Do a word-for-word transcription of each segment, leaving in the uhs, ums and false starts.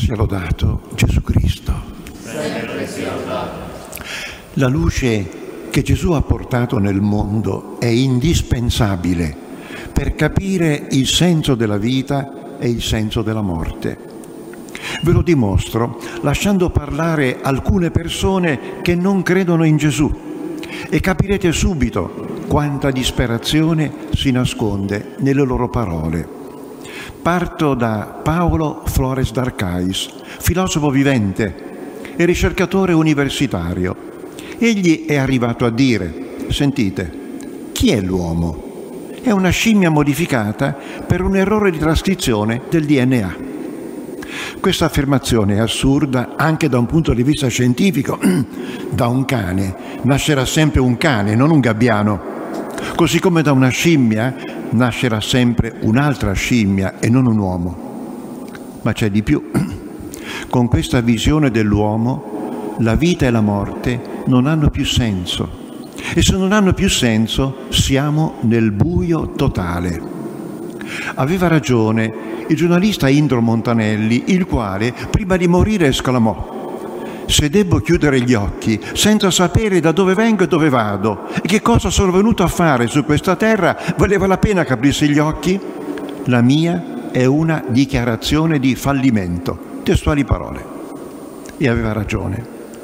Sia lodato Gesù Cristo. Sempre sia lodato. La luce che Gesù ha portato nel mondo è indispensabile per capire il senso della vita e il senso della morte. Ve lo dimostro lasciando parlare alcune persone che non credono in Gesù e capirete subito quanta disperazione si nasconde nelle loro parole. Parto da Paolo Flores d'Arcais, filosofo vivente e ricercatore universitario. Egli è arrivato a dire, sentite, chi è l'uomo? È una scimmia modificata per un errore di trascrizione del D N A. Questa affermazione è assurda anche da un punto di vista scientifico. Da un cane nascerà sempre un cane, non un gabbiano. Così come da una scimmia nascerà sempre un'altra scimmia e non un uomo. Ma c'è di più. Con questa visione dell'uomo, la vita e la morte non hanno più senso. E se non hanno più senso, siamo nel buio totale. Aveva ragione il giornalista Indro Montanelli, il quale, prima di morire, esclamò: se debbo chiudere gli occhi senza sapere da dove vengo e dove vado e che cosa sono venuto a fare su questa terra, valeva la pena che aprissi gli occhi? La mia è una dichiarazione di fallimento. Testuali parole. E aveva ragione.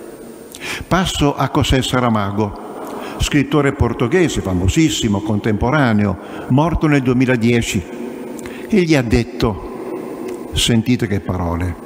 Passo a José Saramago, scrittore portoghese famosissimo, contemporaneo, morto nel duemiladieci. Egli ha detto, sentite che parole: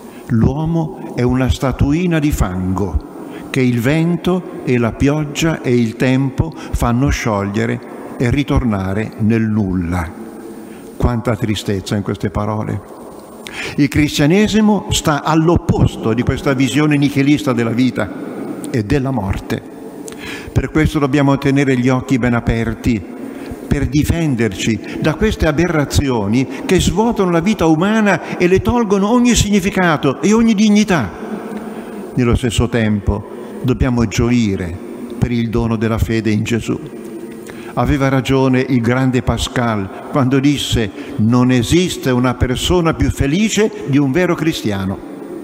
l'uomo è una statuina di fango che il vento e la pioggia e il tempo fanno sciogliere e ritornare nel nulla. Quanta tristezza in queste parole. Il cristianesimo sta all'opposto di questa visione nichilista della vita e della morte. Per questo dobbiamo tenere gli occhi ben aperti per difenderci da queste aberrazioni che svuotano la vita umana e le tolgono ogni significato e ogni dignità. Nello stesso tempo dobbiamo gioire per il dono della fede in Gesù. Aveva ragione il grande Pascal quando disse: non esiste una persona più felice di un vero cristiano.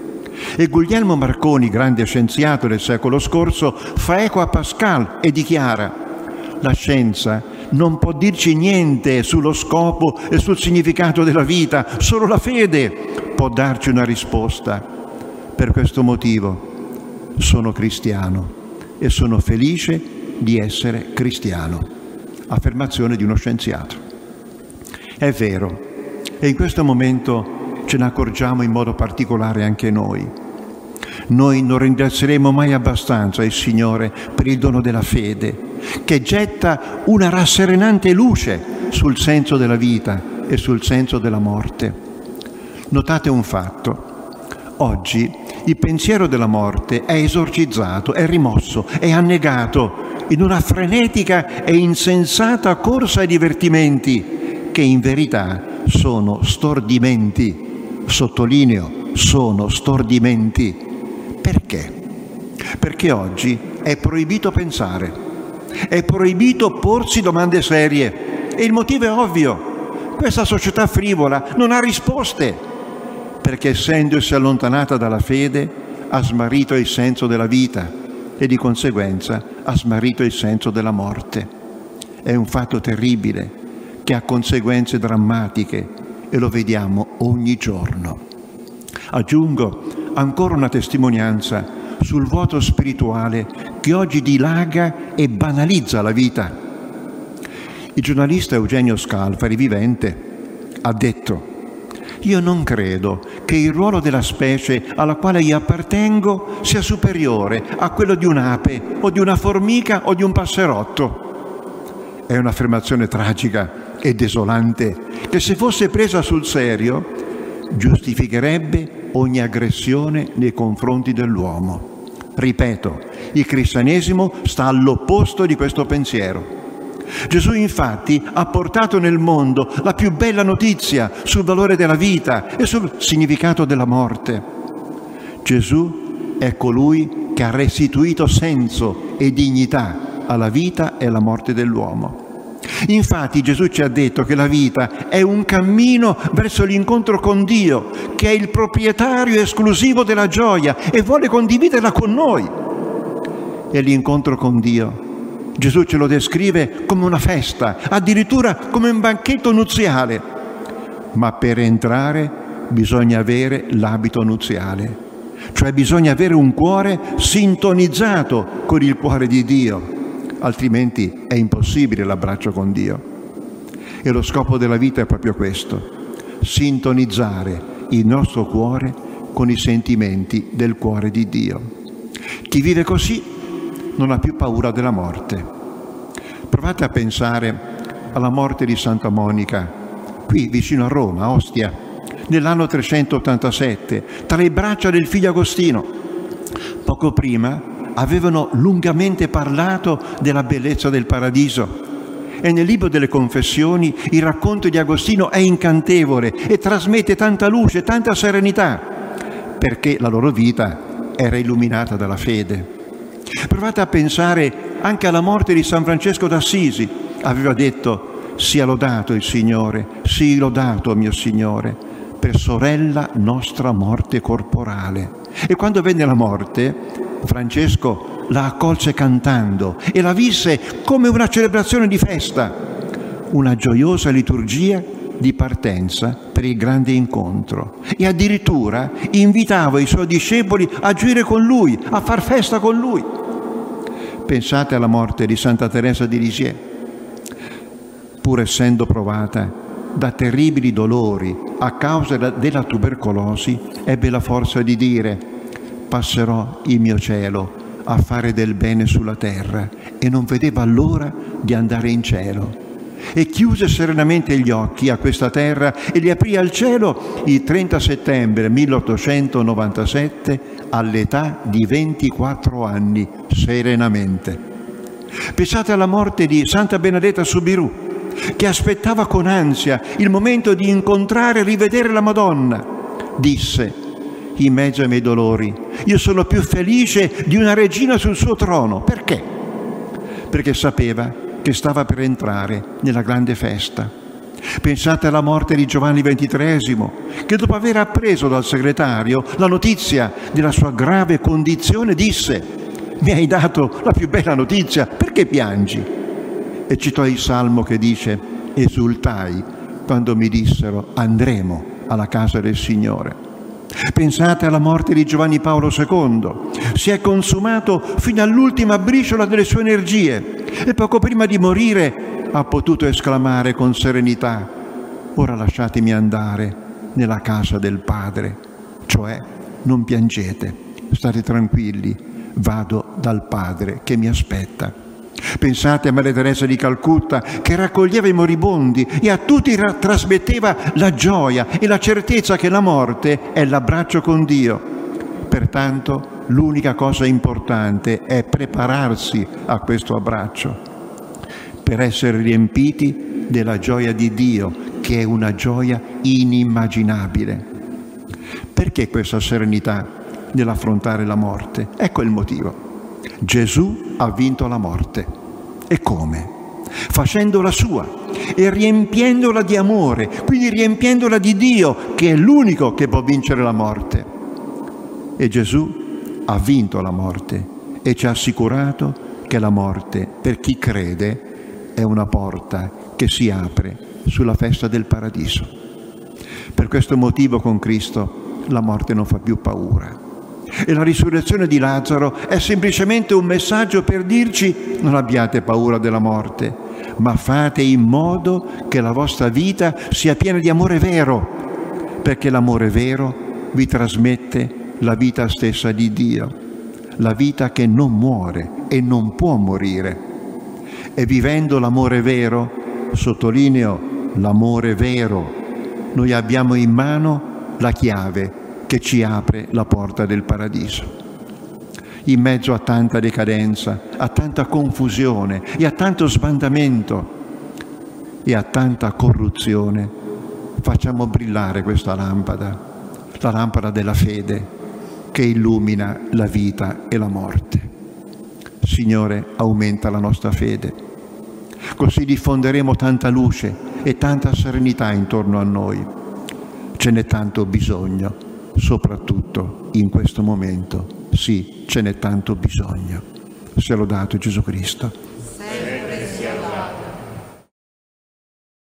E Guglielmo Marconi, grande scienziato del secolo scorso, fa eco a Pascal e dichiara: la scienza non può dirci niente sullo scopo e sul significato della vita, solo la fede può darci una risposta. Per questo motivo sono cristiano e sono felice di essere cristiano. Affermazione di uno scienziato. È vero, e in questo momento ce ne accorgiamo in modo particolare anche noi. Noi non ringrazieremo mai abbastanza il Signore per il dono della fede, che getta una rasserenante luce sul senso della vita e sul senso della morte. Notate un fatto: oggi il pensiero della morte è esorcizzato, è rimosso, è annegato in una frenetica e insensata corsa ai divertimenti che in verità sono stordimenti. Sottolineo, sono stordimenti. Perché? Perché oggi è proibito pensare, è proibito porsi domande serie e il motivo è ovvio: questa società frivola non ha risposte, perché essendosi allontanata dalla fede ha smarrito il senso della vita e di conseguenza ha smarrito il senso della morte. È un fatto terribile che ha conseguenze drammatiche e lo vediamo ogni giorno. Aggiungo ancora una testimonianza sul vuoto spirituale che oggi dilaga e banalizza la vita. Il giornalista Eugenio Scalfari, vivente, ha detto: io non credo che il ruolo della specie alla quale io appartengo sia superiore a quello di un'ape o di una formica o di un passerotto. È un'affermazione tragica e desolante che, se fosse presa sul serio, giustificherebbe ogni aggressione nei confronti dell'uomo. Ripeto, il cristianesimo sta all'opposto di questo pensiero. Gesù infatti ha portato nel mondo la più bella notizia sul valore della vita e sul significato della morte. Gesù è colui che ha restituito senso e dignità alla vita e alla morte dell'uomo. Infatti Gesù ci ha detto che la vita è un cammino verso l'incontro con Dio, che è il proprietario esclusivo della gioia e vuole condividerla con noi. E l'incontro con Dio, Gesù ce lo descrive come una festa, addirittura come un banchetto nuziale. Ma per entrare bisogna avere l'abito nuziale, cioè bisogna avere un cuore sintonizzato con il cuore di Dio, altrimenti è impossibile l'abbraccio con Dio. E lo scopo della vita è proprio questo: sintonizzare il nostro cuore con i sentimenti del cuore di Dio. Chi vive così non ha più paura della morte. Provate a pensare alla morte di Santa Monica, qui vicino a Roma, a Ostia, nell'anno trecentottantasette, tra le braccia del figlio Agostino. Poco prima avevano lungamente parlato della bellezza del paradiso, e nel libro delle Confessioni il racconto di Agostino è incantevole e trasmette tanta luce, tanta serenità, perché la loro vita era illuminata dalla fede. Provate a pensare anche alla morte di San Francesco d'Assisi. Aveva detto: sia lodato il Signore, sii lodato mio Signore, per sorella nostra morte corporale. E quando venne la morte, Francesco la accolse cantando e la visse come una celebrazione di festa, una gioiosa liturgia di partenza per il grande incontro, e addirittura invitava i suoi discepoli a gioire con lui, a far festa con lui. Pensate alla morte di Santa Teresa di Lisieux. Pur essendo provata da terribili dolori a causa della tubercolosi, ebbe la forza di dire: passerò il mio cielo a fare del bene sulla terra, e non vedeva l'ora di andare in cielo. E chiuse serenamente gli occhi a questa terra e li aprì al cielo il trenta settembre milleottocentonovantasette all'età di ventiquattro anni, serenamente. Pensate alla morte di Santa Benedetta Soubirous, che aspettava con ansia il momento di incontrare e rivedere la Madonna. Disse, in mezzo ai miei dolori: io sono più felice di una regina sul suo trono. Perché? Perché sapeva che stava per entrare nella grande festa. Pensate alla morte di Giovanni ventitreesimo, che dopo aver appreso dal segretario la notizia della sua grave condizione disse: mi hai dato la più bella notizia, perché piangi? E citò il salmo che dice: esultai quando mi dissero andremo alla casa del Signore. Pensate alla morte di Giovanni Paolo secondo. Si è consumato fino all'ultima briciola delle sue energie e poco prima di morire ha potuto esclamare con serenità: ora lasciatemi andare nella casa del Padre, cioè non piangete, state tranquilli, vado dal Padre che mi aspetta. Pensate a Maria Teresa di Calcutta, che raccoglieva i moribondi e a tutti trasmetteva la gioia e la certezza che la morte è l'abbraccio con Dio. Pertanto l'unica cosa importante è prepararsi a questo abbraccio per essere riempiti della gioia di Dio, che è una gioia inimmaginabile. Perché questa serenità nell'affrontare la morte? Ecco il motivo. Gesù ha vinto la morte. E come? Facendola sua e riempiendola di amore, quindi riempiendola di Dio, che è l'unico che può vincere la morte. E Gesù ha vinto la morte e ci ha assicurato che la morte, per chi crede, è una porta che si apre sulla festa del paradiso. Per questo motivo con Cristo la morte non fa più paura. E la risurrezione di Lazzaro è semplicemente un messaggio per dirci: non abbiate paura della morte, ma fate in modo che la vostra vita sia piena di amore vero, perché l'amore vero vi trasmette la vita stessa di Dio, la vita che non muore e non può morire. E vivendo l'amore vero, sottolineo l'amore vero, noi abbiamo in mano la chiave che ci apre la porta del paradiso. In mezzo a tanta decadenza, a tanta confusione e a tanto sbandamento e a tanta corruzione, facciamo brillare questa lampada, la lampada della fede che illumina la vita e la morte. Signore, aumenta la nostra fede. Così diffonderemo tanta luce e tanta serenità intorno a noi. Ce n'è tanto bisogno, soprattutto in questo momento. Sì, ce n'è tanto bisogno. Sia lodato Gesù Cristo.